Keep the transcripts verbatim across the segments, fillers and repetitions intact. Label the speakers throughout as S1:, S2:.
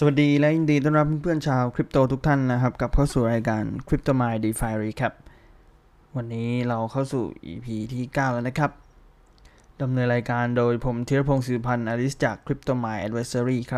S1: สวัสดีและยินดีต้อนรับเพื่อนๆชาวคริปโตทุกท่านนะครับกลับเข้าสู่รายการ Crypto Mind DeFi Recap วันนี้เราเข้าสู่ อี พี ที่เก้าแล้วนะครับดำเนินรายการโดยผมธีรพงศ์ศิริพันธ์อลิสจาก Crypto Mind Advisory ครับ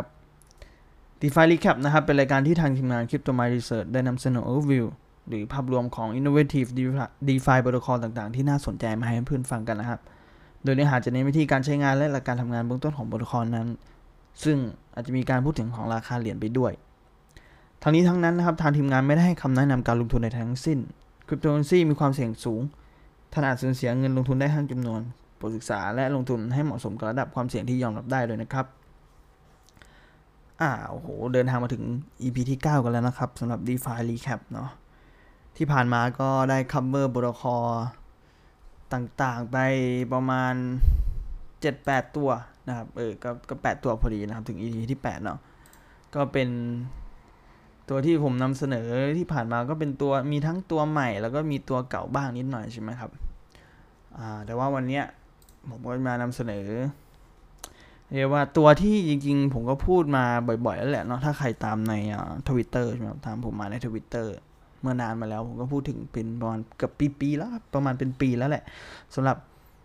S1: DeFi Recap นะครับเป็นรายการที่ทางทีมงาน Crypto Mind Research ได้นำเสนอ Overview หรือภาพรวมของ Innovative DeFi Protocol ต่างๆที่น่าสนใจมาให้เพื่อนๆฟังกันนะครับโดยเนื้อหาจะเน้นวิธีการใช้งานและหลักการทำงานเบื้องต้นของโปรโตคอลนั้นซึ่งอาจจะมีการพูดถึงของราคาเหรียญไปด้วยทั้งนี้ทั้งนั้นนะครับทางทีมงานไม่ได้ให้คำแนะนำการลงทุนในทั้งสิ้นคริปโตเคอเรนซีมีความเสี่ยงสูงท่านอาจสูญเสียเงินลงทุนได้ทั้งจำนวนโปรดศึกษาและลงทุนให้เหมาะสมกับระดับความเสี่ยงที่ยอมรับได้เลยนะครับอ่าโอ้โหเดินทางมาถึง อี พี ที่เก้ากันแล้วนะครับสำหรับ DeFi Recap เนาะที่ผ่านมาก็ได้ cover โปรโตคอลต่างๆไปประมาณ เจ็ดแปด ตัวนะครับเออก็ก็แปดตัวพอดีนะครับถึง อี พี ที่แปดเนาะก็เป็นตัวที่ผมนำเสนอที่ผ่านมาก็เป็นตัวมีทั้งตัวใหม่แล้วก็มีตัวเก่าบ้างนิดหน่อยใช่ไหมครับอ่าแต่ว่าวันนี้ผมก็มานำเสนอเรียกว่าตัวที่จริงๆผมก็พูดมาบ่อยๆแล้วแหละเนาะถ้าใครตามในอ่า Twitter ใช่ไหมครับตามผมมาใน Twitter เมื่อนานมาแล้วผมก็พูดถึงเป็นประมาณเกือบปีๆแล้วประมาณเป็นปีแล้วแหละสำหรับ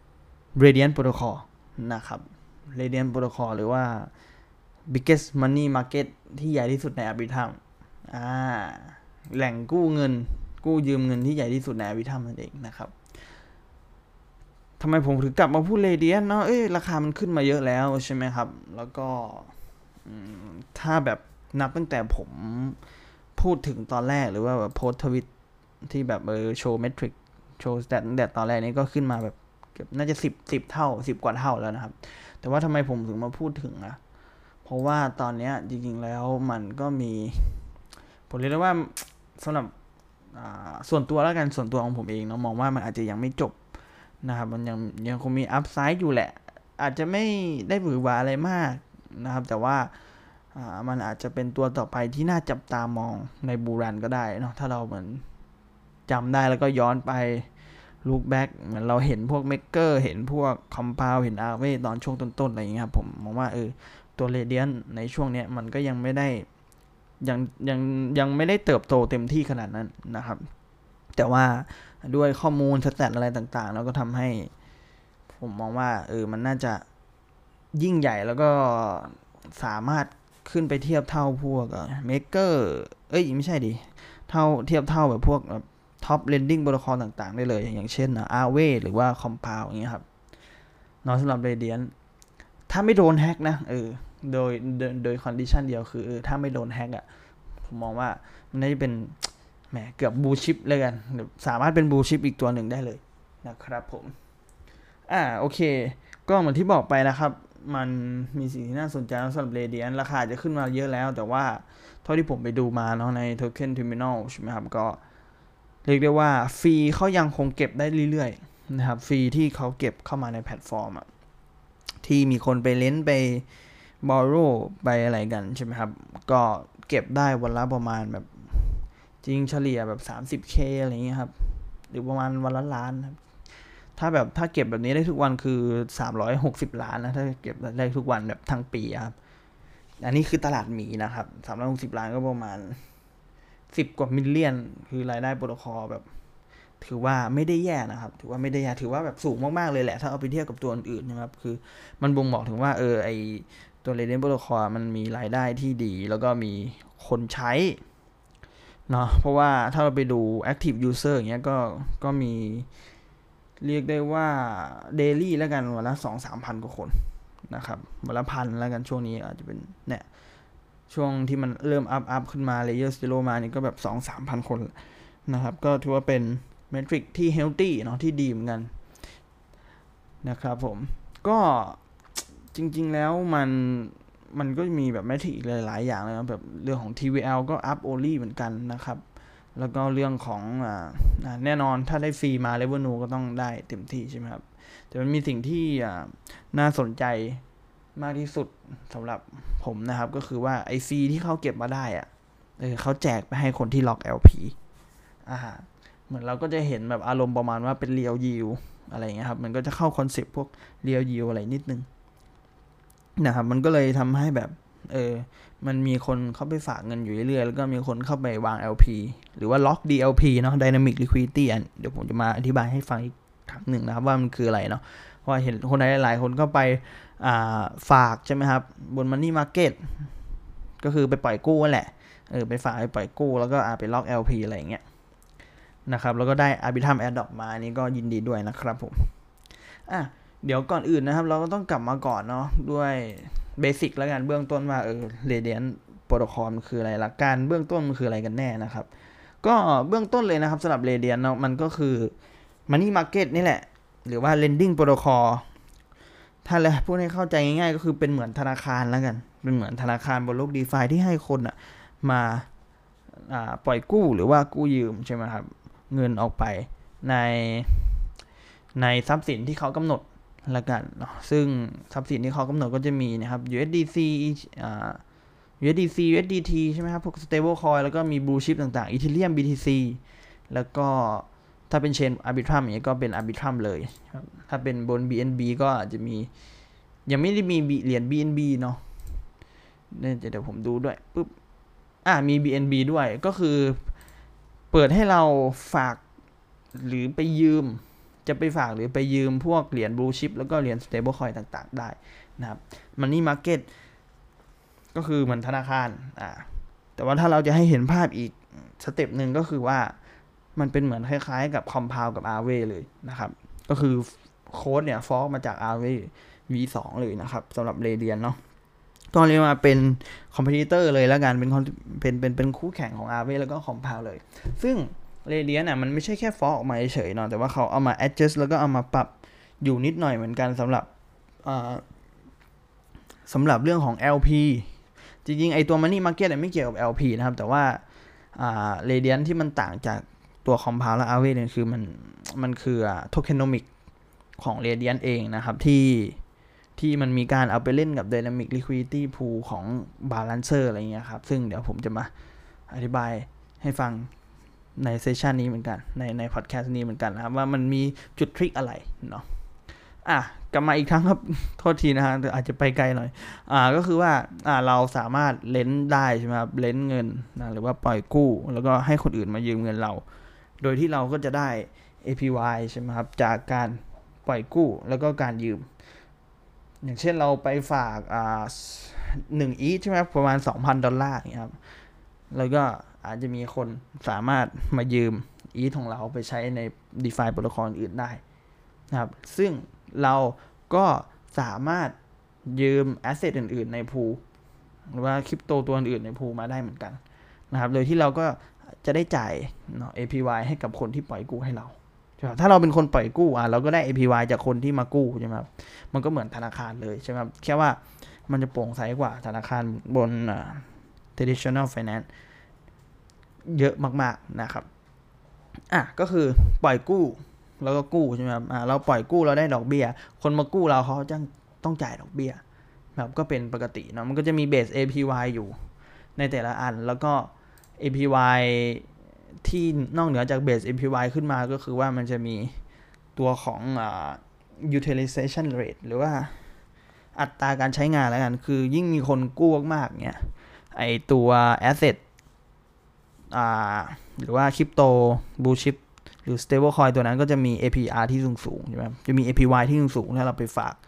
S1: Radiant Protocol นะครับ Radiant Protocol หรือว่า biggest money market ที่ใหญ่ที่สุดใน Arbitrum อ่าแหล่งกู้เงินกู้ยืมเงินที่ใหญ่ที่สุดใน Arbitrum นั่นเองนะครับทำไมผมถึงกลับมาพูด Radiant เนาะเอ้ยราคามันขึ้นมาเยอะแล้วใช่ไหมครับแล้วก็ถ้าแบบนับตั้งแต่ผมพูดถึงตอนแรกหรือว่าแบบโพสทวิตที่แบบเออโชว์เมทริกโชว์สแตทตั้งแต่ตอนแรกนี้ก็ขึ้นมาแบบน่าจะสิบ สิบเท่าสิบกว่าเท่าแล้วนะครับแต่ว่าทำไมผมถึงมาพูดถึงอ่ะเพราะว่าตอนนี้จริงๆแล้วมันก็มีผมเรียกได้ว่าสำหรับส่วนตัวแล้วกันส่วนตัวของผมเองเนาะมองว่ามันอาจจะยังไม่จบนะครับมันยังยังคงมีอัพไซด์อยู่แหละอาจจะไม่ได้หวือหวาอะไรมากนะครับแต่ว่ามันอาจจะเป็นตัวต่อไปที่น่าจับตามองในบูรันก็ได้เนาะถ้าเราเหมือนจำได้แล้วก็ย้อนไปลูกแบ็กเหมือนเราเห็นพวกเมกเกอร์เห็นพวกคอมพาวเห็นอาร์เวตอนช่วงต้นๆอะไรอย่างเงี้ยครับผมมองว่าเออตัวเรเดียนในช่วงเนี้ยมันก็ยังไม่ได้ยังยังยังไม่ได้เติบโตเต็มที่ขนาดนั้นนะครับแต่ว่าด้วยข้อมูลสแตทอะไรต่างๆแล้วก็ทำให้ผมมองว่าเออมันน่าจะยิ่งใหญ่แล้วก็สามารถขึ้นไปเทียบเท่าพวกเมกเกอร์เอ้ยไม่ใช่ดิเท่าเทียบเท่าแบบพวกท็อปเลนดิ้งโปรโตคอลต่างๆได้เลยอย่างเช่นอาร์เวหรือว่าคอมพาวอย่างเงี้ยครับนอกสำหรับ Radiant ถ้าไม่โดนแฮกนะเออโดยโดยคอนดิชันเดียวคือเออถ้าไม่โดนแฮกอ่ะผมมองว่ามันน่าจะเป็นแหมเกือบบูชิปเลยกันสามารถเป็นบูชิปอีกตัวหนึ่งได้เลยนะครับผมอ่าโอเคก็เหมือนที่บอกไปนะครับมันมีสิ่งที่น่าสนใจสำหรับ Radiant ราคาจะขึ้นมาเยอะแล้วแต่ว่าเท่าที่ผมไปดูมาเนาะใน Token Terminal ใช่ไหมครับก็เรียกได้ว่าฟรีเขายังคงเก็บได้เรื่อยๆนะครับฟรีที่เขาเก็บเข้ามาในแพลตฟอร์มอะที่มีคนไปเล่นไปบอโรไปอะไรกันใช่ไหมครับก็เก็บได้วันละประมาณแบบจริงเฉลี่ยแบบ สามสิบเค อะไรอย่างเงี้ยครับหรือประมาณวันละล้านครับถ้าแบบถ้าเก็บแบบนี้ได้ทุกวันคือสามร้อยหกสิบล้านนะถ้าเก็บได้ทุกวันแบบทั้งปีครับอันนี้คือตลาดหมีนะครับสามร้อยหกสิบล้านก็ประมาณสิบกว่ามิลเลียนคือรายได้โปรโตคอลแบบถือว่าไม่ได้แย่นะครับถือว่าไม่ได้แย่ถือว่าแบบสูงมากๆเลยแหละถ้าเอาไปเทียบกับตัวอื่นๆนะครับคือมันบ่งบอกถึงว่าเออไอตัว Radiant Protocol มันมีรายได้ที่ดีแล้วก็มีคนใช้เนาะเพราะว่าถ้าเราไปดู active user อย่างเงี้ยก็ก็มีเรียกได้ว่า daily แล้วกันวันละ สองถึงสามพัน กว่าคนนะครับวันละพันแล้วกันช่วงนี้อาจจะเป็นเนี่ยช่วงที่มันเริ่มอัพอัพขึ้นมา layer zero มานี่ก็แบบ สองถึงสามพัน คนนะครับก็ถือว่าเป็นเมทริกที่เฮลตี้เนาะที่ดีเหมือนกันนะครับผมก็จริงๆแล้วมันมันก็มีแบบเมทริกหลายๆอย่างเลยนะแบบเรื่องของ ที วี แอล ก็อัพโอลี่เหมือนกันนะครับแล้วก็เรื่องของอ่าแน่นอนถ้าได้ฟรีมาเรเวนูก็ต้องได้เต็มที่ใช่ไหมครับแต่มันมีสิ่งที่อ่าน่าสนใจมากที่สุดสำหรับผมนะครับก็คือว่าไอฟรีที่เขาเก็บมาได้อะเออเขาแจกไปให้คนที่ล็อก แอล พี อ่าเหมือนเราก็จะเห็นแบบอารมณ์ประมาณว่าเป็นเรียลยิวอะไรอย่างเงี้ยครับมันก็จะเข้าคอนเซปต์พวกเรียลยิวอะไรนิดนึงนะครับมันก็เลยทำให้แบบเออมันมีคนเข้าไปฝากเงินอยู่เรื่อยๆแล้วก็มีคนเข้าไปวาง แอล พี หรือว่าล็อก ดี แอล พี เนาะ Dynamic Liquidity อันเดี๋ยวผมจะมาอธิบายให้ฟังอีกครั้งหนึ่งนะครับว่ามันคืออะไรเนาะเพราะเห็นคนหลายๆคนก็ไปอ่าฝากใช่ไหมครับบน Money Market ก็คือไปปล่อยกู้นั่นแหละเออไปฝากไปปล่อยกู้แล้วก็อาไปล็อก แอล พี อะไรอย่างเงี้ยนะครับแล้วก็ได้ Arbitrum Airdrop มาอันนี้ก็ยินดีด้วยนะครับผมอ่ะเดี๋ยวก่อนอื่นนะครับเราก็ต้องกลับมาก่อนเนาะด้วยเบสิกแล้วกันเบื้องต้นว่าเออ Radiant Protocol มันคืออะไรหลักการเบื้องต้นมันคืออะไรกันแน่นะครับก็เบื้องต้นเลยนะครับสำหรับ Radiant เนาะมันก็คือ Money Market นี่แหละหรือว่า Lending Protocol ถ้าเลยพูดให้เข้าใจง่ายๆก็คือเป็นเหมือนธนาคารแล้วกันเป็นเหมือนธนาคารบนโลก DeFi ที่ให้คนอ่ะมาอ่าปล่อยกู้หรือว่ากู้ยืมใช่ไหมครับเงินออกไปในในทรัพย์สินที่เขากำหนดละกันเนาะซึ่งทรัพย์สินที่เขากำหนดก็จะมีนะครับ ยู เอส ดี ซี อ่า ยู เอส ดี ซี ยู เอส ดี ที ใช่ไหมครับพวก stable coin แล้วก็มี blue chip ต่างๆ Ethereum บี ที ซี แล้วก็ถ้าเป็นเชน Arbitrum อย่างเงี้ยก็เป็น Arbitrum เลยครับถ้าเป็นบน บี เอ็น บี ก็อาจจะมียังไม่ได้มีเหรียญ บี เอ็น บี เนาะเดี๋ยวผมดูด้วยปุ๊บอ่ามี บี เอ็น บี ด้วยก็คือเปิดให้เราฝากหรือไปยืมจะไปฝากหรือไปยืมพวกเหรียญ blue chip แล้วก็เหรียญ stable coin ต่างๆได้นะครับ Money Market ก็คือเหมือนธนาคารอ่าแต่ว่าถ้าเราจะให้เห็นภาพอีกสเต็ปหนึ่งก็คือว่ามันเป็นเหมือนคล้ายๆกับ Compound กับ Aave เลยนะครับก็คือโค้ดเนี่ยฟอร์กมาจาก Aave วี สอง เลยนะครับสำหรับ Radiant เนาะก็เรียกว่าเป็นคอมเพติเตอร์เลยแล้วกันเป็นเป็นเป็นเป็นคู่แข่งของ Aave แล้วก็ Compound เลยซึ่ง Radiant น่ะมันไม่ใช่แค่ฟอร์กออกมาเฉยๆเนาะแต่ว่าเขาเอามา adjust แล้วก็เอามาปรับอยู่นิดหน่อยเหมือนกันสำหรับอ่าสำหรับเรื่องของ แอล พี จริงๆไอตัว Money Market ไม่เกี่ยวกับ แอล พี นะครับแต่ว่าอ่า Radiant ที่มันต่างจากตัว Compound และ Aave เนี่ยคือมันมันคือ Tokenomic ของ Radiant เองนะครับที่ที่มันมีการเอาไปเล่นกับ Dynamic Liquidity Pool ของ Balancer อะไรเงี้ยครับซึ่งเดี๋ยวผมจะมาอธิบายให้ฟังในเซสชันนี้เหมือนกันในในพอดแคสต์นี้เหมือนกันนะครับว่ามันมีจุดทริคอะไรเนาะอ่ะกลับมาอีกครั้งครับโทษทีนะฮะอาจจะไปไกลหน่อยอ่าก็คือว่าอ่าเราสามารถเล่นได้ใช่ไหมครับเล่นเงินนะหรือว่าปล่อยกู้แล้วก็ให้คนอื่นมายืมเงินเราโดยที่เราก็จะได้ เอ พี วาย ใช่ไหมครับจากการปล่อยกู้แล้วก็การยืมอย่างเช่นเราไปฝากอ่าหนึ่งอีทใช่ไหมประมาณ สองพัน ดอลลาร์อย่างเงี้ยครับแล้วก็อาจจะมีคนสามารถมายืมอีทของเราไปใช้ใน DeFi โปรโตคอลอื่นได้นะครับซึ่งเราก็สามารถยืมแอสเซทอื่นๆในพูลหรือว่าคริปโตตัวอื่นในพูลมาได้เหมือนกันนะครับโดยที่เราก็จะได้จ่ายเนาะ เอ พี วาย ให้กับคนที่ปล่อยกู้ให้เราถ้าเราเป็นคนปล่อยกู้อ่ะเราก็ได้ เอ พี วาย จากคนที่มากู้ใช่ไหมครับมันก็เหมือนธนาคารเลยใช่ไหมครับแค่ว่ามันจะโปร่งใสกว่าธนาคารบน traditional finance เยอะมากๆนะครับอ่ะก็คือปล่อยกู้แล้วก็กู้ใช่ไหมครับอ่าเราปล่อยกู้เราได้ดอกเบี้ยคนมากู้เราเขาจะต้องจ่ายดอกเบี้ยแบบก็เป็นปกติเนาะมันก็จะมีเบส เอ พี วาย อยู่ในแต่ละอันแล้วก็ เอ พี วาย ที่นอกเหนือจากเบส เอ พี วาย ขึ้นมาก็คือว่ามันจะมีตัวของอ่า utilization rate หรือว่าอัตราการใช้งานแล้วกันคือยิ่งมีคนกู้มากๆเนี่ยไอตัว asset อ่าหรือว่าคริปโตบูชิปหรือ stable coin ตัวนั้นก็จะมี เอ พี อาร์ ที่สูงๆใช่ไหมจะมี เอ พี วาย ที่สูงๆถ้าเราไปฝาก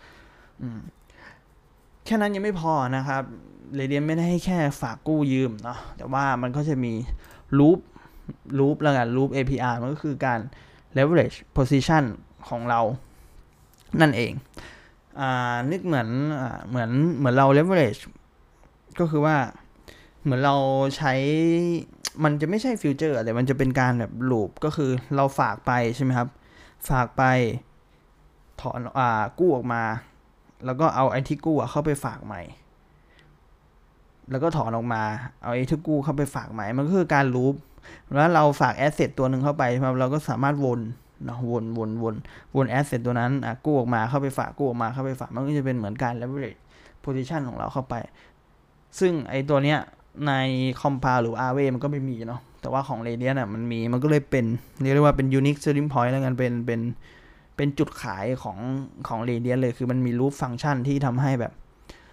S1: แค่นั้นยังไม่พอนะครับ Radiant ไม่ได้ให้แค่ฝากกู้ยืมเนาะแต่ว่ามันก็จะมี loop loop แล้วกัน loop เอ พี อาร์ มันก็คือการ leverage position ของเรานั่นเองอ่านึกเหมือนอ่าเหมือนเหมือนเรา leverage ก็คือว่าเหมือนเราใช้มันจะไม่ใช่ฟิวเจอร์แต่มันจะเป็นการแบบลูปก็คือเราฝากไปใช่ไหมครับฝากไปถอนอ่ากู้ออกมาแล้วก็เอาไอ้ที่กู้เข้าไปฝากใหม่แล้วก็ถอนออกมาเอาไอ้ที่กู้เข้าไปฝากใหม่มันก็คือการลูปแล้วเราฝากแอสเซทตัวหนึ่งเข้าไปครับเราก็สามารถวนเนาะวนวนวนวนแอสเซทตัวนั้นอ่ะกู้ออกมาเข้าไปฝากกู้ออกมาเข้าไปฝากมันก็จะเป็นเหมือนการ leverage position ของเราเข้าไปซึ่งไอ้ตัวเนี้ยใน Compound หรือ Aave มันก็ไม่มีเนาะแต่ว่าของ Radiant อ่ะมันมีมันก็เลยเป็นเรียกได้ว่าเป็น unique selling point แล้วกันเป็นเป็นเป็นจุดขายของของ Radiant เลยคือมันมี loop function ที่ทำให้แบบ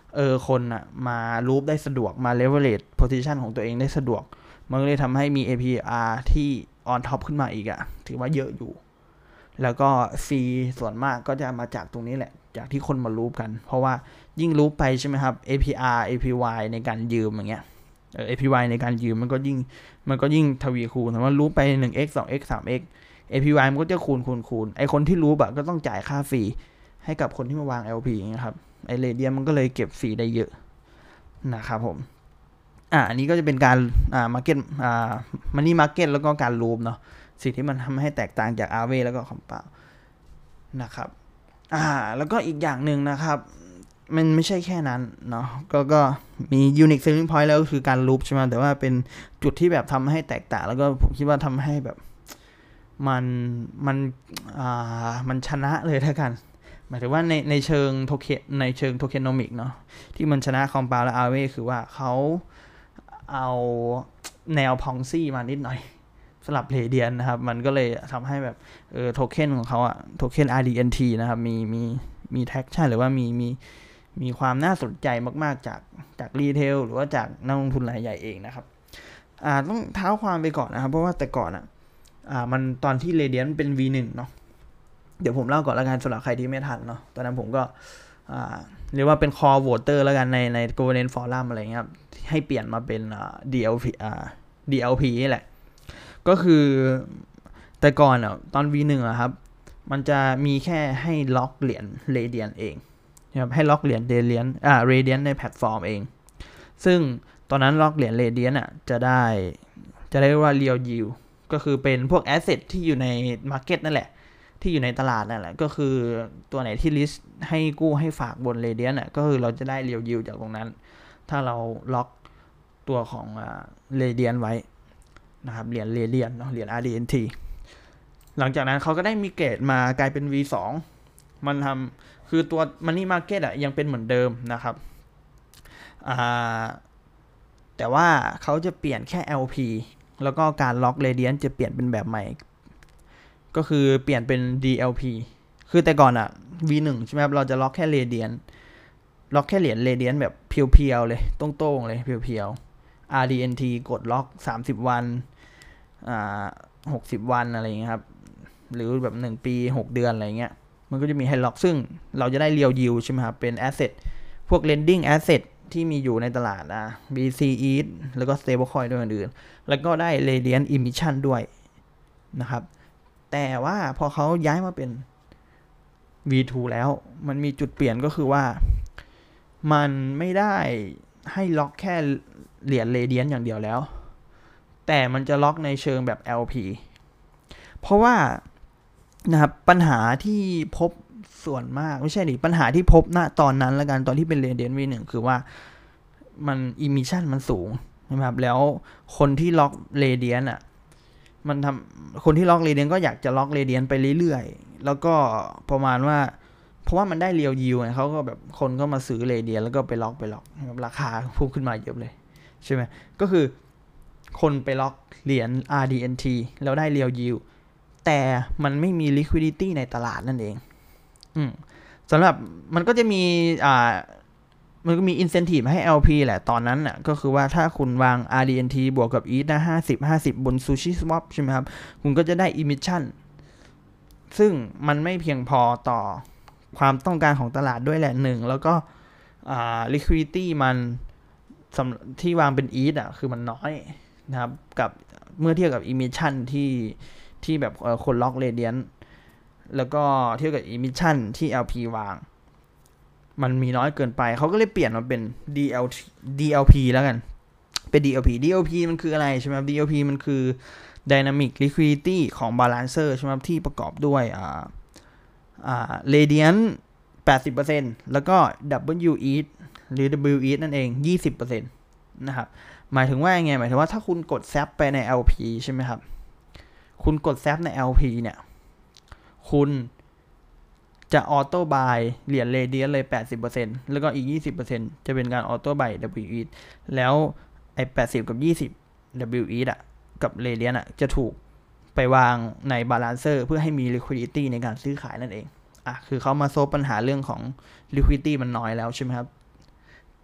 S1: เออคนอะมารูปได้สะดวกมา leverage position ของตัวเองได้สะดวกมันก็เลยทำให้มี เอ พี อาร์ ที่ on top ขึ้นมาอีกอะถือว่าเยอะอยู่แล้วก็ C ส่วนมากก็จะมาจากตรงนี้แหละจากที่คนมารูปกันเพราะว่ายิ่งรูปไปใช่ไหมครับ เอ พี อาร์ เอ พี วาย ในการยืมอย่างเงี้ยเออ เอ พี วาย ในการยืมมันก็ยิ่งมันก็ยิ่งทวีคูณแต่ว่ารูปไป หนึ่ง เอ็กซ์ สอง เอ็กซ์ สาม เอ็กซ์ เอ พี วาย มันก็จะคูณคูณคูณไอคนที่รูปอะก็ต้องจ่ายค่าฟรีให้กับคนที่มาวาง แอล พี อย่างเงี้ยครับไอเรเดียนมันก็เลยเก็บฟรีได้เยอะนะครับผมอ่าอันนี้ก็จะเป็นการอ่า market อ่า money market แล้วก็การรูปเนาะสิ่งที่มันทำให้แตกต่างจาก อาร์ วี แล้วก็ compound นะครับอ่าแล้วก็อีกอย่างหนึ่งนะครับมันไม่ใช่แค่นั้นเนาะก็ก็มี unique selling point แล้วก็คือการรูปใช่ไหมแต่ว่าเป็นจุดที่แบบทำให้แตกต่างแล้วก็ผมคิดว่าทำให้แบบมันมันอ่ามันชนะเลยถ้ากันหมายถึงว่าในในเชิงโทเค็นในเชิงโทเคนอมิกเนาะที่มันชนะคอมพาวและอาร์เวคือว่าเขาเอาแนวพองซี่มานิดหน่อยสลับเรเดียนนะครับมันก็เลยทำให้แบบเออโทเค็นของเขาอะโทเค็น อาร์ ดี เอ็น ที นะครับมีมีมีแท็กชั่นหรือว่ามีมีมีความน่าสนใจมากๆจากจากรีเทลหรือว่าจากนักลงทุนรายใหญ่เองนะครับอ่าต้องเท้าความไปก่อนนะครับเพราะว่าแต่ก่อนอะอ่ามันตอนที่เรเดียนเป็น วี หนึ่ง เนาะเดี๋ยวผมเล่าก่อนละกันสำหรับใครที่ไม่ทันเนาะตอนนั้นผมก็อ่าเรียกว่าเป็นคอโหวตเตอร์แล้วกันในใน Governance Forum อะไรเงี้ยครับให้เปลี่ยนมาเป็นอ่า ดี แอล พี อ่า ดี แอล พี นี่แหละก็คือแต่ก่อนอ่ะตอน วี หนึ่ง อ่ะครับมันจะมีแค่ให้ล็อกเหรียญเรเดียนเองนะครับให้ล็อกเหรียญเรเดียนอ่าเรเดียนในแพลตฟอร์มเองซึ่งตอนนั้นล็อกเหรียญเรเดียนอ่ะจะได้จะได้เรียกว่า real yield ก็คือเป็นพวก asset ที่อยู่ใน market นั่นแหละที่อยู่ในตลาดนั่นแหละก็คือตัวไหนที่ list ให้กู้ให้ฝากบนเรเดียนอ่ะก็คือเราจะได้ real yield จากตรงนั้นถ้าเราล็อกตัวของเรเดียนไว้นะครับเหรียญเรเดียนเนาะเหรียญ อาร์ ดี เอ็น ที หลังจากนั้นเขาก็ได้มีเกรดมากลายเป็น วี สอง มันทำคือตัว Money Market อ่ะยังเป็นเหมือนเดิมนะครับอ่าแต่ว่าเขาจะเปลี่ยนแค่ แอล พี แล้วก็การล็อกเรเดียนจะเปลี่ยนเป็นแบบใหม่ก็คือเปลี่ยนเป็น ดี แอล พี คือแต่ก่อนอ่ะ วี หนึ่ง ใช่ไหมครับเราจะล็อกแค่เรเดียนล็อกแค่เหรียญเรเดียนแบบเพียวๆเลยตรงๆเลยเพียวๆ อาร์ ดี เอ็น ที กดล็อกสามสิบวันอ่าหกสิบวันอะไรอย่างเงี้ยครับหรือแบบหนึ่งปีหกเดือนอะไรเงี้ยมันก็จะมีให้ล็อกซึ่งเราจะได้ real yield ใช่ไหมครับเป็น asset พวก lending asset ที่มีอยู่ในตลาดนะ บี ซี อี ที แล้วก็ stablecoin ด้วยอื่นๆแล้วก็ได้ radiant emission ด้วยนะครับแต่ว่าพอเขาย้ายมาเป็น วี ทู แล้วมันมีจุดเปลี่ยนก็คือว่ามันไม่ได้ให้ล็อกแค่เหรียญเรเดียนอย่างเดียวแล้วแต่มันจะล็อกในเชิงแบบ แอล พี เพราะว่านะครับปัญหาที่พบส่วนมากไม่ใช่ดิปัญหาที่พบณตอนนั้นละกันตอนที่เป็นเรเดียน วี หนึ่ง คือว่ามันอิมิชันมันสูงนะครับแล้วคนที่ล็อกเรเดียนอ่ะมันทำคนที่ล็อกเรเดียนก็อยากจะล็อกเรเดียนไปเรื่อยๆแล้วก็ประมาณว่าเพราะว่ามันได้เรียวยิวไงเขาก็แบบคนก็มาซื้อเรเดียนแล้วก็ไปล็อกไปล็อกราคาพุ่งขึ้นมาเยอะเลยใช่ไหมก็คือคนไปล็อกเหรียญ อาร์ ดี เอ็น ที แล้วได้เรียวยิวแต่มันไม่มี liquidity ในตลาดนั่นเองอืมสำหรับมันก็จะมีอ่ามันก็มี incentive ให้ แอล พี แหละตอนนั้นน่ะก็คือว่าถ้าคุณวาง อาร์ ดี เอ็น ที บวกกับ อี ที นะห้าสิบ ห้าสิบบน Sushi Swap ใช่ไหมครับคุณก็จะได้ emission ซึ่งมันไม่เพียงพอต่อความต้องการของตลาดด้วยแหละหนึ่งแล้วก็อ่า liquidity มันที่วางเป็น อี ที อ่ะคือมันน้อยนะครับกับเมื่อเทียบกับ emission ที่ที่แบบคนล็อกเรเดียนแล้วก็เทียบกับ emission ที่ แอล พี วางมันมีน้อยเกินไปเขาก็เลยเปลี่ยนมาเป็น ดี แอล ดี แอล พี แล้วกันเป็น ดี แอล พี ดี แอล พี มันคืออะไรใช่ไหมครับ ดี แอล พี มันคือ Dynamic Liquidity ของ Balancer ใช่ไหมครับที่ประกอบด้วยอ่าอ่า Radiant แปดสิบเปอร์เซ็นต์ แล้วก็ W อี ที หรือ W อี ที นั่นเอง ยี่สิบเปอร์เซ็นต์ นะครับหมายถึงว่าไงหมายถึงว่าถ้าคุณกด Zap ไปใน แอล พี ใช่ไหมครับคุณกด Zap ใน แอล พี เนี่ยคุณจะออโต้บายเหรียญเรเดียนเลย แปดสิบเปอร์เซ็นต์ แล้วก็อีก ยี่สิบเปอร์เซ็นต์ จะเป็นการออโต้บาย W อี ที แล้วไอ้แปดสิบกับยี่สิบ W อี ที อ่ะกับเรเดียนอ่ะจะถูกไปวางในบาลานเซอร์เพื่อให้มี liquidity ในการซื้อขายนั่นเองอ่ะคือเขามาโซฟปัญหาเรื่องของ liquidity มันน้อยแล้วใช่ไหมครับ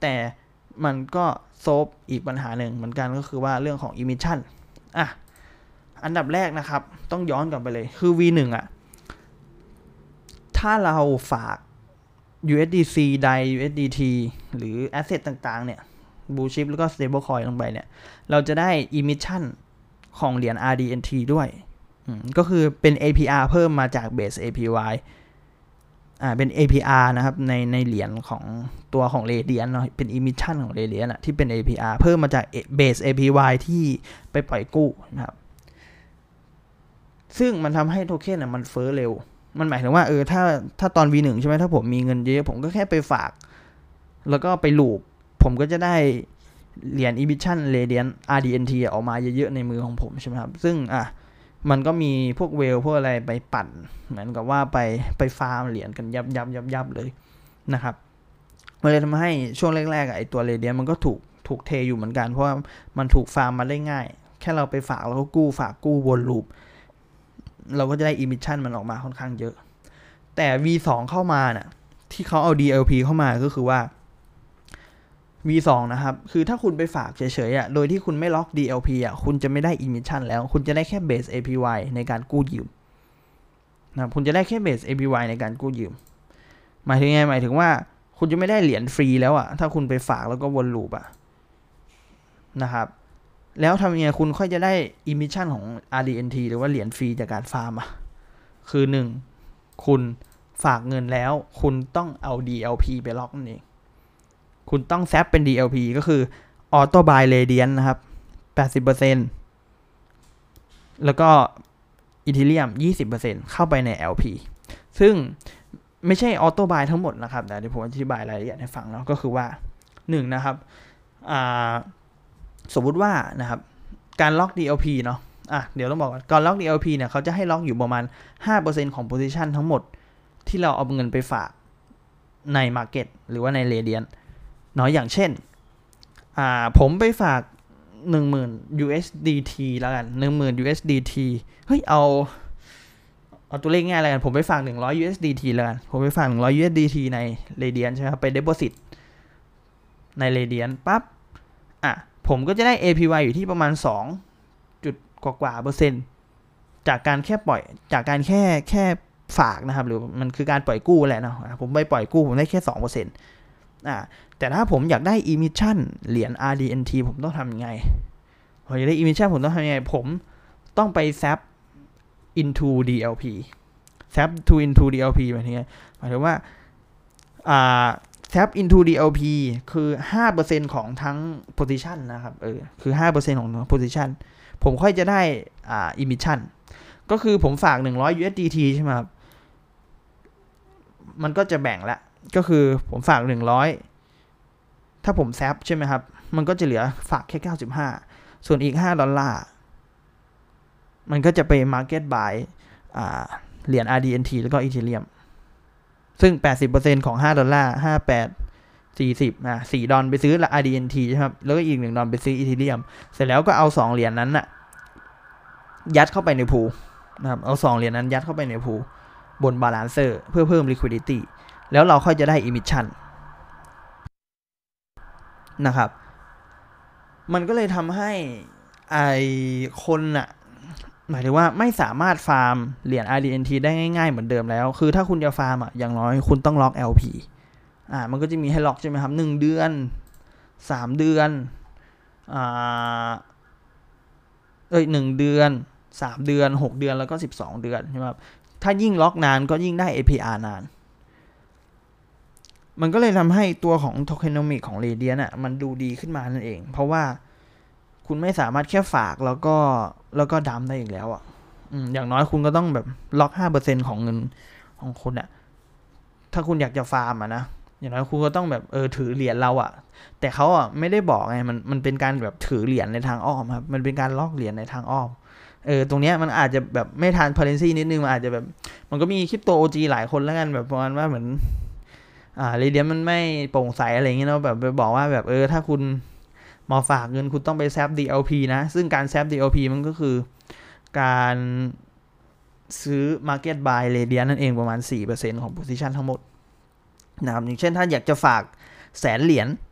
S1: แต่มันก็โซฟอีกปัญหาหนึ่งเหมือนกันก็คือว่าเรื่องของ emission อ่ะอันดับแรกนะครับต้องย้อนกลับไปเลยคือ วี หนึ่ง อ่ะถ้าเราฝาก ยู เอส ดี ซี ได ยู เอส ดี ที หรือ asset ต่างๆเนี่ย blue chip แล้วก็ stable coin ลงไปเนี่ยเราจะได้ emission ของเหรียญ อาร์ ดี เอ็น ที ด้วยก็คือเป็น เอ พี อาร์ เพิ่มมาจาก base เอ พี วาย อ่าเป็น เอ พี อาร์ นะครับในในเหรียญของตัวของ Radiant เนาะเป็น emission ของ Radiant อ่ะที่เป็น เอ พี อาร์ เพิ่มมาจาก base เอ พี วาย ที่ไปปล่อยกู้นะครับซึ่งมันทำให้โทเค็นอ่ะมันเฟ้อเร็วมันหมายถึงว่าเออถ้าถ้าตอน วี หนึ่ง ใช่ไหมถ้าผมมีเงินเยอะผมก็แค่ไปฝากแล้วก็ไปลูปผมก็จะได้เหรียญ emission Radiant อาร์ ดี เอ็น ที ออกมาเยอะๆในมือของผมใช่ไหมครับซึ่งอ่ะมันก็มีพวกเวลพวกอะไรไปปั่นเหมือนกับว่าไปไปฟาร์มเหรียญกันยับยับยับยับเลยนะครับมันเลยทำให้ช่วงแรกๆไอ้ตัว Radiant มันก็ถูกถูกเทอยู่เหมือนกันเพราะว่ามันถูกฟาร์มมาได้ง่ายแค่เราไปฝากแล้วก็กู้ฝากกู้วนลูปเราก็จะได้ emission มันออกมาค่อนข้างเยอะแต่ วี สอง เข้ามาน่ะที่เขาเอา ดี แอล พี เข้ามาก็คือว่า วี สอง นะครับคือถ้าคุณไปฝากเฉยๆอ่ะโดยที่คุณไม่ล็อก ดี แอล พี อ่ะคุณจะไม่ได้ emission แล้วคุณจะได้แค่ base เอ พี วาย ในการกู้ยืมนะคุณจะได้แค่ base เอ พี วาย ในการกู้ยืมหมายถึงไงหมายถึงว่าคุณจะไม่ได้เหรียญฟรีแล้วอ่ะถ้าคุณไปฝากแล้วก็วนลูปอ่ะนะครับแล้วทำยังไงคุณค่อยจะได้ emission ของ อาร์ ดี เอ็น ที หรือว่าเหรียญฟรีจากการฟาร์มอ่ะคือหนึ่งคุณฝากเงินแล้วคุณต้องเอา ดี แอล พี ไปล็อกนั่นเองคุณต้องแซปเป็น ดี แอล พี ก็คือ Auto Buy Radiant นะครับ แปดสิบเปอร์เซ็นต์ แล้วก็ Ethereum ยี่สิบเปอร์เซ็นต์ เข้าไปใน แอล พี ซึ่งไม่ใช่ Auto Buy ทั้งหมดนะครับเดี๋ยวผมอธิบายรายละเอียดให้ฟังเนาะก็คือว่าหนึ่งนะครับสมมุติว่านะครับการล็อก ดี แอล พี เนาะอ่ะเดี๋ยวต้องบอกว่าการล็อก ดี แอล พี เนี่ยเขาจะให้ล็อกอยู่ประมาณ ห้าเปอร์เซ็นต์ ของ position ทั้งหมดที่เราเอาเงินไปฝากใน market หรือว่าใน Radiantเนาะอย่างเช่นอ่าผมไปฝาก หนึ่งหมื่น ยู เอส ดี ที แล้วกัน หนึ่งหมื่น ยู เอส ดี ที เฮ้ยเอาเอาตัวเลขง่ายแล้วกันผมไปฝากหนึ่งร้อย ยู เอส ดี ที แล้วกันผมไปฝากหนึ่งร้อย ยู เอส ดี ที ใน Radiant ใช่ไหมครับไป deposit ใน Radiant ปั๊บอ่ะผมก็จะได้ เอ พี วาย อยู่ที่ประมาณสองจุดกว่าๆเปอร์เซ็นต์จากการแค่ปล่อยจากการแค่แค่ฝากนะครับหรือมันคือการปล่อยกู้แหละเนาะผมไปปล่อยกู้ผมได้แค่ สองเปอร์เซ็นต์ อ่าแต่ถ้าผมอยากได้ emission เหรียญ อาร์ ดี เอ็น ที ผมต้องทำยังไงผมอยากได้ emission ผมต้องทำยังไงผมต้องไป zap into ดี แอล พี zap to into ดี แอล พี หมายถึงไงหมายถึงว่าอ่า zap into ดี แอล พี คือ ห้าเปอร์เซ็นต์ ของทั้ง position นะครับเออคือ ห้าเปอร์เซ็นต์ ของทั้ง position ผมค่อยจะได้อ่า emission ก็คือผมฝากหนึ่งร้อย ยู เอส ดี ที ใช่ไหมครับมันก็จะแบ่งละก็คือผมฝากหนึ่งร้อยถ้าผมแซปใช่ไหมครับมันก็จะเหลือฝากแค่เก้าสิบห้าส่วนอีกห้าดอลลาร์มันก็จะไป market buy อ่าเหรียญ อาร์ ดี เอ็น ที แล้วก็ Ethereum ซึ่ง แปดสิบเปอร์เซ็นต์ ของห้าดอลลาร์ห้า แปด สี่สิบอ่ะสี่ดอลไปซื้อ อาร์ ดี เอ็น ที ใช่ครับแล้วก็อีกหนึ่งดอลไปซื้อ Ethereum เสร็จแล้วก็เอาสองเหรียญนั้นน่ะยัดเข้าไปในพูลนะครับเอาสองเหรียญนั้นยัดเข้าไปในพูลบน balancer เพื่อเพิ่ม liquidity แล้วเราค่อยจะได้ emission นะครับมันก็เลยทำให้ไอคนน่ะหมายถึงว่าไม่สามารถฟาร์มเหรียญ อาร์ ดี เอ็น ที ได้ง่ายๆเหมือนเดิมแล้วคือถ้าคุณจะฟาร์มอ่ะอย่างน้อยคุณต้องล็อก แอล พี อ่ามันก็จะมีให้ล็อกใช่ไหมครับหนึ่งเดือนสามเดือนอ่าเอ้ยหนึ่งเดือนสามเดือนหกเดือนแล้วก็สิบสองเดือนใช่ไหมครับถ้ายิ่งล็อกนานก็ยิ่งได้ เอ พี อาร์ นานมันก็เลยทำให้ตัวของ tokenomic ของ Radiant อ่ะมันดูดีขึ้นมานั่นเองเพราะว่าคุณไม่สามารถแค่ฝากแล้วก็แล้วก็ดัมได้อีกแล้วอ่ะอืมอย่างน้อยคุณก็ต้องแบบล็อก ห้าเปอร์เซ็นต์ ของเงินของคุณอ่ะถ้าคุณอยากจะฟาร์มอ่ะนะอย่างน้อยคุณก็ต้องแบบเออถือเหรียญเราอ่ะแต่เขาอ่ะไม่ได้บอกไงมันมันเป็นการแบบถือเหรียญในทางอ้อมครับมันเป็นการล็อกเหรียญในทางอ้อมเออตรงเนี้ยมันอาจจะแบบไม่ทาน currency นิดนึงมันอาจจะแบบมันก็มีคริปโต โอ จี หลายคนแล้วกันแบบประมาณว่าเหมือนอ่าRadiantมันไม่โปร่งใสอะไรอย่างเงี้ยเนาะแบบไปบอกว่าแบบเออถ้าคุณมาฝากเงินคุณต้องไปแซป ดี แอล พี นะซึ่งการแซป ดี แอล พี มันก็คือการซื้อ market buy Radiant นั่นเองประมาณ สี่เปอร์เซ็นต์ ของ position ทั้งหมดนะครับอย่างเช่นถ้าอยากจะฝากแสนเหรียญ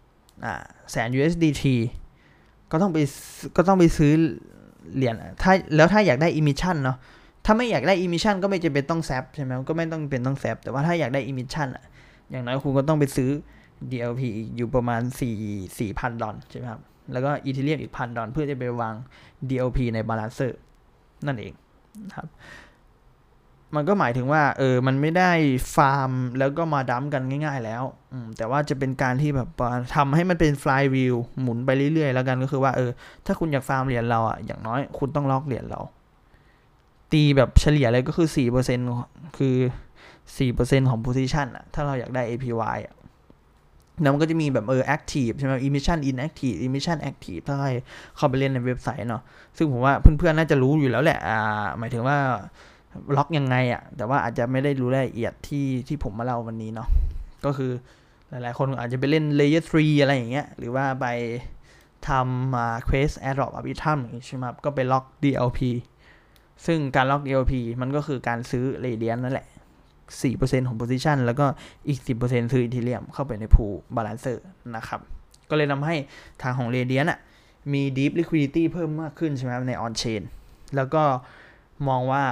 S1: อ่าแสน ยู เอส ดี ที ก็ต้องไปก็ต้องไปซื้อเหรียญถ้าแล้วถ้าอยากได้ emission เนาะถ้าไม่อยากได้ emission ก็ไม่จำเป็นต้องแซปใช่ไหมก็ไม่ต้องเป็นต้องแซปแต่ว่าถ้าอยากได้ emission อ่ะอย่างน้อยคุณก็ต้องไปซื้อ ดี แอล พี อยู่ประมาณสี่ สี่พัน ดอลลาร์ใช่ไหมครับแล้วก็อีเธเรียมอีก หนึ่งพัน ดอลลาร์เพื่อจะไปวาง ดี แอล พี ใน balancer นั่นเองครับมันก็หมายถึงว่าเออมันไม่ได้ฟาร์มแล้วก็มาดัมกันง่ายๆแล้วแต่ว่าจะเป็นการที่แบบทำให้มันเป็น flywheel หมุนไปเรื่อยๆแล้วกันก็คือว่าเออถ้าคุณอยากฟาร์มเหรียญเราอ่ะอย่างน้อยคุณต้องล็อกเหรียญเราตีแบบเฉลี่ยเลยก็คือ สี่เปอร์เซ็นต์ คือ สี่เปอร์เซ็นต์ ของ position อ่ะถ้าเราอยากได้ เอ พี วาย อ่ะแล้วมันก็จะมีแบบเออ active ใช่ไหม emission inactive emission active ถ้าใครเข้าไปเล่นในเว็บไซต์เนาะซึ่งผมว่าเพื่อนๆน่าจะรู้อยู่แล้วแหละอ่าหมายถึงว่าล็อกยังไงอ่ะแต่ว่าอาจจะไม่ได้รู้รายละเอียดที่ที่ผมมาเล่าวันนี้เนาะก็คือหลายๆคนอาจจะไปเล่น layer สามอะไรอย่างเงี้ยหรือว่าไปทำอ่า quest airdrop arbitrum อย่างงี้ใช่ไหมครับก็ไปล็อก ดี แอล พี ซึ่งการล็อก ดี แอล พี มันก็คือการซื้อ Radiant นั่นแหละ สี่เปอร์เซ็นต์ ของ position แล้วก็อีก สิบเปอร์เซ็นต์ ซื้อ Ethereum เข้าไปใน pool balancer นะครับก็เลยทำให้ทางของ Radiant อ่ะมี deep liquidity เพิ่มมากขึ้นใช่ไหมใน on chain แล้วก็มองว่า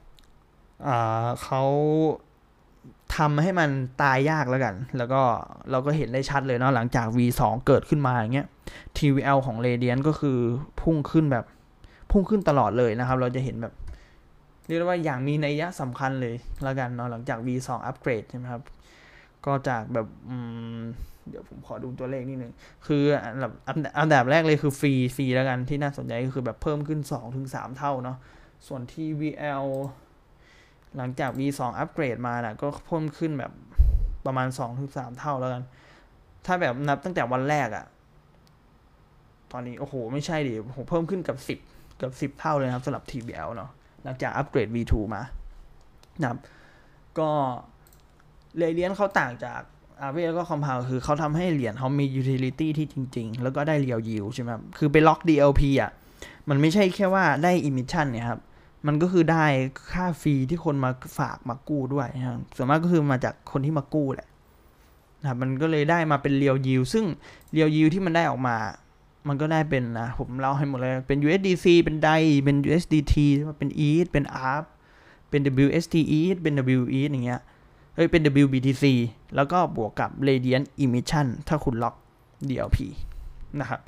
S1: เขาทำให้มันตายยากแล้วกันแล้วก็เราก็เห็นได้ชัดเลยเนาะหลังจาก วี ทู เกิดขึ้นมาอย่างเงี้ย ที วี แอล ของ Radiant ก็คือพุ่งขึ้นแบบพุ่งขึ้นตลอดเลยนะครับเราจะเห็นแบบเรียกว่าอย่างมีนัยยะสำคัญเลยแล้วกันเนาะหลังจาก วี ทู อัปเกรดใช่ไหมครับก็จากแบบเดี๋ยวผมขอดูตัวเลขนิดนึงคืออันดับอันดับแรกเลยคือฟรีฟรีแล้วกันที่น่าสนใจก็คือแบบเพิ่มขึ้น สองถึงสาม เท่าเนาะส่วน ที วี แอล หลังจาก วี ทู อัปเกรดมาน่ะก็เพิ่มขึ้นแบบประมาณ สองถึงสาม เท่าแล้วกันถ้าแบบนับตั้งแต่วันแรกอะตอนนี้โอ้โหไม่ใช่ดิผมเพิ่มขึ้นกับสิบเกือบสิบเท่าเลยครับสำหรับ ที วี แอล เนาะหลังจากอัปเกรด วี ทู มานะครับก็ Radiant เขาต่างจาก อาร์ วี แล้วก็ Compound คือเขาทำให้เหรียญเขามี utility ที่จริงๆแล้วก็ได้ real yield ใช่ไหมครับคือไปล็อก ดี แอล พี อ่ะมันไม่ใช่แค่ว่าได้ emission เนี่ยครับมันก็คือได้ค่าฟรีที่คนมาฝากมากู้ด้วยนะครับส่วนมากก็คือมาจากคนที่มากู้แหละนะครับมันก็เลยได้มาเป็น real yield ซึ่ง real yield ที่มันได้ออกมามันก็ได้เป็นนะผมเล่าให้หมดเลยเป็น ยู เอส ดี ซี เป็น ได เป็น ยู เอส ดี ที เป็น อี ที เป็น อาร์ พี เป็น ดับเบิลยู เอส ที อี ที เป็น ดับเบิลยู อี ที อย่างเงี้ยเอ้ยเป็น ดับเบิลยู บี ที ซี แล้วก็บวกกับ Radiant Emission ถ้าคุณล็อก ดี แอล พี นะครับ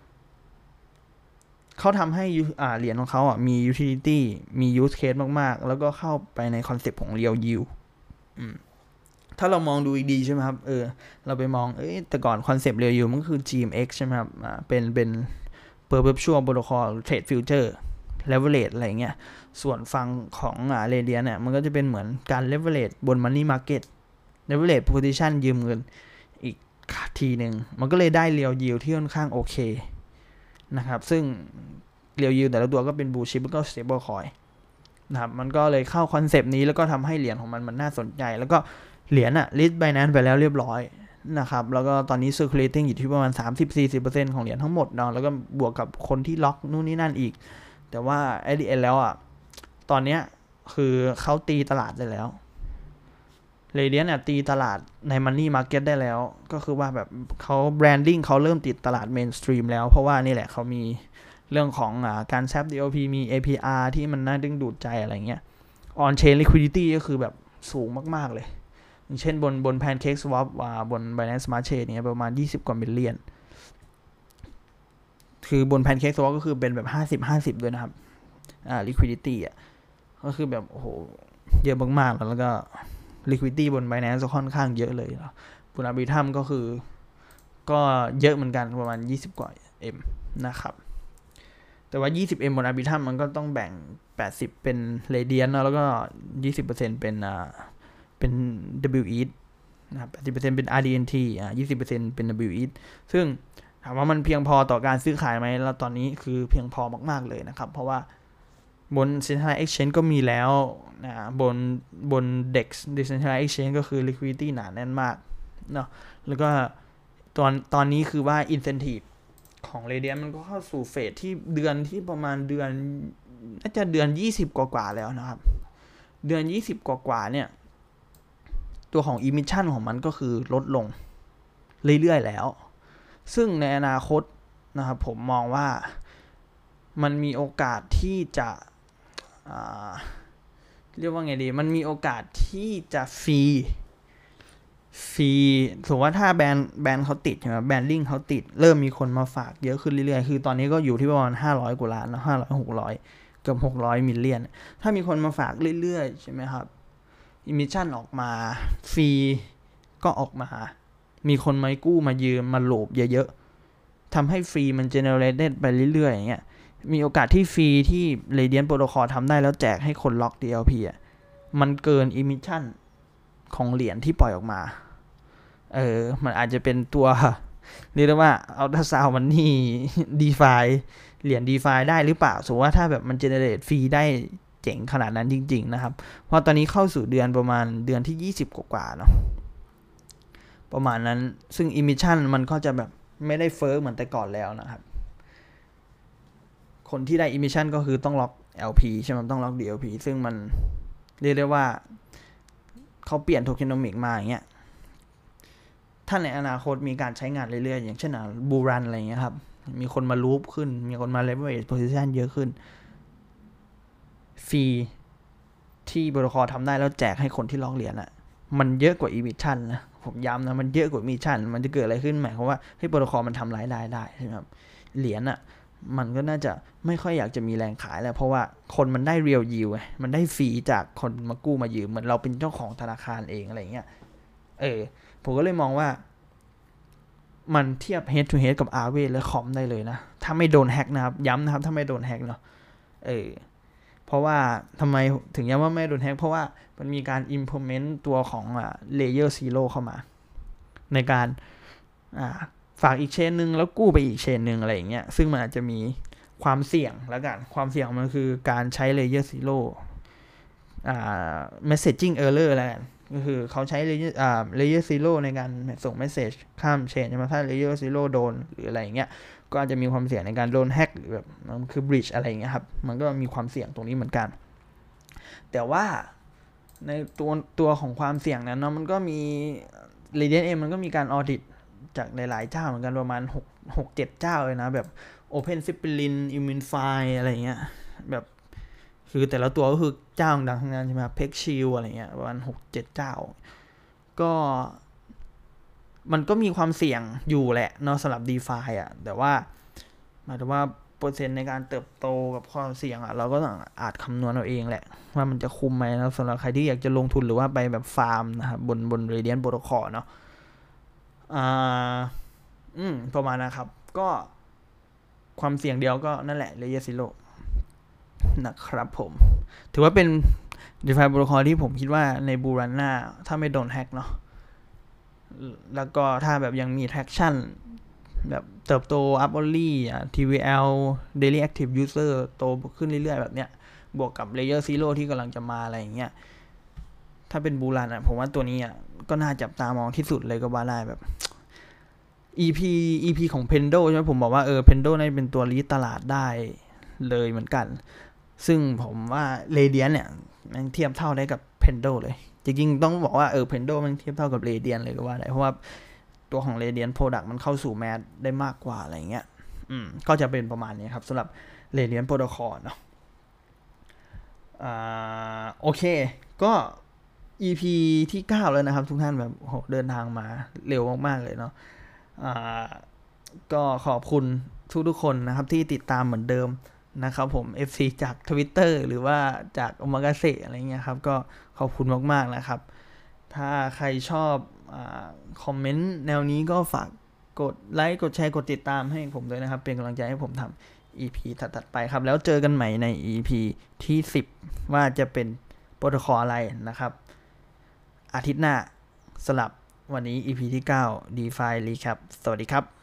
S1: เขาทำให้อ่าเหรียญของเขาอ่ะมี utility มี use case มากๆแล้วก็เข้าไปในคอนเซ็ปต์ของ real yield อืมถ้าเรามองดูดีใช่ไหมครับเออเราไปมองเอ้ยแต่ก่อนคอนเซ็ปต์ real yield มันก็คือ จี เอ็ม เอ็กซ์ ใช่ไหมครับอ่าเป็นเป็น perpetual protocol trade future leverage อะไรเงี้ยส่วนฝั่งของอ่า Radiant เนี่ยมันก็จะเป็นเหมือนการ leverage บน money market leverage position ยืมเงินอีกทีหนึ่งมันก็เลยได้ real yield ที่ค่อนข้างโอเคนะครับซึ่ง real yield แต่ละตัวก็เป็น blue chip แล้วก็ stable coin นะครับมันก็เลยเข้าคอนเซปต์นี้แล้วก็ทำให้เหรียญของมันมันน่าสนใจแล้วก็เหรียญอะ list Binance ไปแล้วเรียบร้อยนะครับแล้วก็ตอนนี้ circulating อยู่ที่ประมาณ สามสิบถึงสี่สิบเปอร์เซ็นต์ ของเหรียญทั้งหมดเนาะแล้วก็บวกกับคนที่ล็อกนู่นนี่นั่นอีกแต่ว่า at the end แล้วอ่ะตอนเนี้ยคือเขาตีตลาดได้แล้ว Radiant เนี่ยตีตลาดใน Money Market ได้แล้วก็คือว่าแบบเขา branding เขาเริ่มติดตลาด mainstream แล้วเพราะว่านี่แหละเขามีเรื่องของอ่าการ แซป ดี แอล พี มี เอ พี อาร์ ที่มันน่าดึงดูดใจอะไรเงี้ย on chain liquidity ก็คือแบบสูงมากๆเลยอย่างเช่นบนบน Pancake Swap อ่าบน Binance Smart Chain เนี่ยประมาณยี่สิบกว่ามิลเลียนคือบน Pancake Swap ก็คือเป็นแบบห้าสิบ ห้าสิบด้วยนะครับอ่า liquidity อ่ะก็คือแบบโอ้โหเยอะมากๆแล้วก็ liquidity บน Binance ค่อนข้างเยอะเลยบน Arbitrum ก็คือก็เยอะเหมือนกันประมาณยี่สิบกว่า M นะครับแต่ว่า ยี่สิบ M บน Arbitrum มันก็ต้องแบ่งแปดสิบเป็น Radiant แล้วก็ ยี่สิบเปอร์เซ็นต์ เป็นอ่าเป็น ดับเบิลยู อี ที นะครับ แปดสิบเปอร์เซ็นต์ เป็น อาร์ ดี เอ็น ที อ่า ยี่สิบเปอร์เซ็นต์ เป็น ดับเบิลยู อี ที ซึ่งถามว่ามันเพียงพอต่อการซื้อขายไหมแล้วตอนนี้คือเพียงพอมากๆเลยนะครับเพราะว่าบน Centralized Exchange ก็มีแล้วนะบนบน ดี อี เอ็กซ์ Decentralized Exchange ก็คือ liquidity หนาแน่นมากเนาะแล้วก็ตอนตอนนี้คือว่า incentive ของ Radiant มันก็เข้าสู่เฟสที่เดือนที่ประมาณเดือนน่าจะเดือนยี่สิบกว่าๆแล้วนะครับเดือนยี่สิบกว่าๆเนี่ยตัวของ emission ของมันก็คือลดลงเรื่อยๆแล้วซึ่งในอนาคตนะครับผมมองว่ามันมีโอกาสที่จะเรียกว่าไงดีมันมีโอกาสที่จะฟรีฟรีสมมติว่าถ้าแบรนด์แบรนด์เขาติดใช่ไหมแบรนดิ้งเขาติดเริ่มมีคนมาฝากเยอะขึ้นเรื่อยๆคือตอนนี้ก็อยู่ที่ประมาณห้าร้อยกว่าล้านนะห้าร้อย หกร้อยเกือบหกร้อยมิลเลียนถ้ามีคนมาฝากเรื่อยๆใช่ไหมครับอิมิชชั่นออกมาฟรีก็ออกมามีคนมากู้มายืมมาโหลบเยอะๆทำให้ฟรีมันเจเนเรตไปเรื่อยๆอย่างเงี้ยมีโอกาสที่ฟรีที่ Radiant Protocol ทำได้แล้วแจกให้คนล็อก ดี แอล พี อ่ะมันเกินอิมิชชั่นของเหรียญที่ปล่อยออกมาเออมันอาจจะเป็นตัวเรียกได้ว่าเอาถ้าซาวมันนี่ DeFi เหรียญ DeFi ได้หรือเปล่าสมมติว่าถ้าแบบมันเจเนเรตฟรีได้เจ๋งขนาดนั้นจริงๆนะครับเพราะตอนนี้เข้าสู่เดือนประมาณเดือนที่ยี่สิบกว่าๆเนาะประมาณนั้นซึ่ง emission มันก็จะแบบไม่ได้เฟ้อเหมือนแต่ก่อนแล้วนะครับคนที่ได้ emission ก็คือต้องล็อก แอล พี ใช่ไหมต้องล็อก ดี แอล พี ซึ่งมันเรียกได้ว่าเขาเปลี่ยนโทเคนอมิกมาอย่างเงี้ยถ้าในอนาคตมีการใช้งานเรื่อยๆอย่างเช่นบูรันอะไรเงี้ยครับมีคนมาลูปขึ้นมีคนมา leverage position เยอะขึ้นฟรีที่โปรโตคอลทำได้แล้วแจกให้คนที่ล็อกเหรียญอะมันเยอะกว่า emission นะผมย้ำนะมันเยอะกว่า emission มันจะเกิดอะไรขึ้นหมายความว่าให้โปรโตคอลมันทำรายได้ได้ใช่ไหมครับเหรียญอะมันก็น่าจะไม่ค่อยอยากจะมีแรงขายแล้วเพราะว่าคนมันได้ real yield ไงมันได้ฟรีจากคนมากู้มายืมเหมือนเราเป็นเจ้าของธนาคารเองอะไรเงี้ยเออผมก็เลยมองว่ามันเทียบ head to head กับ Aave และคอมได้เลยนะถ้าไม่โดนแฮกนะครับย้ำนะครับถ้าไม่โดนแฮกเนาะเออเพราะว่าทำไมถึงย้ำว่าไม่โดนแฮกเพราะว่ามันมีการ implement ตัวของอ่า layer zero เข้ามาในการอ่าฝากอีกเชนนึงแล้วกู้ไปอีกเชนนึงอะไรอย่างเงี้ยซึ่งมันอาจจะมีความเสี่ยงแล้วกันความเสี่ยงมันคือการใช้ layer zero อ่า messaging error อะไรกันก็คือเขาใช้ layer อ่า layer zero ในการส่ง message ข้ามเชนใช่ไหมถ้า layer zero โดนหรืออะไรอย่างเงี้ยก็อาจจะมีความเสี่ยงในการโดนแฮกหรือแบบมันคือ breach อะไรอย่างเงี้ยครับมันก็มีความเสี่ยงตรงนี้เหมือนกันแต่ว่าในตัวตัวของความเสี่ยงนั้นเนาะมันก็มี Radiant เองมันก็มีการออดิตจากหลายๆเจ้าเหมือนกันประมาณหก หก เจ็ดเจ้าเลยนะแบบ Open Spilin Immunify อะไรเงี้ยแบบคือแต่ละตัวก็คือเจ้าดังทั้งนั้นใช่ไหมครับ Pex Shield อะไรเงี้ยประมาณ หก เจ็ด เจ้าก็มันก็มีความเสี่ยงอยู่แหละเนาะสำหรับ DeFi อ่ะแต่ว่าหมายถึงว่าเปอร์เซ็นต์ในการเติบโตกับความเสี่ยงอ่ะเราก็ต้องอาจคำนวณเอาเองแหละว่ามันจะคุ้มไหมนะสำหรับใครที่อยากจะลงทุนหรือว่าไปแบบฟาร์มนะครับบนบน Radiant Protocol เนาะอ่าอืมประมาณนะครับก็ความเสี่ยงเดียวก็นั่นแหละ Layer Zero นะครับผมถือว่าเป็น DeFi Protocol ที่ผมคิดว่าในบูรันน่าถ้าไม่โดนแฮกเนาะแล้วก็ถ้าแบบยังมี traction แบบเติบโต up only อ่ะ ที วี แอล daily active user โตขึ้นเรื่อยๆแบบเนี้ยบวกกับ layer zero ที่กำลังจะมาอะไรอย่างเงี้ยถ้าเป็นบูรันอ่ะผมว่าตัวนี้อ่ะก็น่าจับตามองที่สุดเลยก็ว่าได้แบบ อี พี อี พี ของ Pendo ใช่ไหมผมบอกว่าเออ Pendo น่าจะเป็นตัวลีดตลาดได้เลยเหมือนกันซึ่งผมว่า Radiant เนี่ยมันเทียบเท่าได้กับ Pendo เลยจริงๆต้องบอกว่าเออ Pendo มันเทียบเท่ากับ Radiant เลยก็ว่าได้เพราะว่าตัวของ Radiant Product มันเข้าสู่แมสได้มากกว่าอะไรเงี้ยอืมก็จะเป็นประมาณนี้ครับสำหรับ Radiant Protocol เนาะอ่าโอเคก็ อี พี ที่เก้าแล้วนะครับทุกท่านแบบโหเดินทางมาเร็วมากๆเลยเนาะอ่าก็ขอบคุณทุกๆคนนะครับที่ติดตามเหมือนเดิมนะครับผม เอฟ ซี จาก Twitter หรือว่าจากโอมากาเซอะไรเงี้ยครับก็ขอบคุณมากๆนะครับถ้าใครชอบคอมเมนต์แนวนี้ก็ฝากกดไลค์กดแชร์กดติดตามให้ผมด้วยนะครับเป็นกำลังใจให้ผมทำ อี พี ถัดๆไปครับแล้วเจอกันใหม่ใน อี พี ที่สิบว่าจะเป็นโปรโตคอลอะไรนะครับอาทิตย์หน้าสลับวันนี้ อี พี ที่เก้า DeFi Recap สวัสดีครับ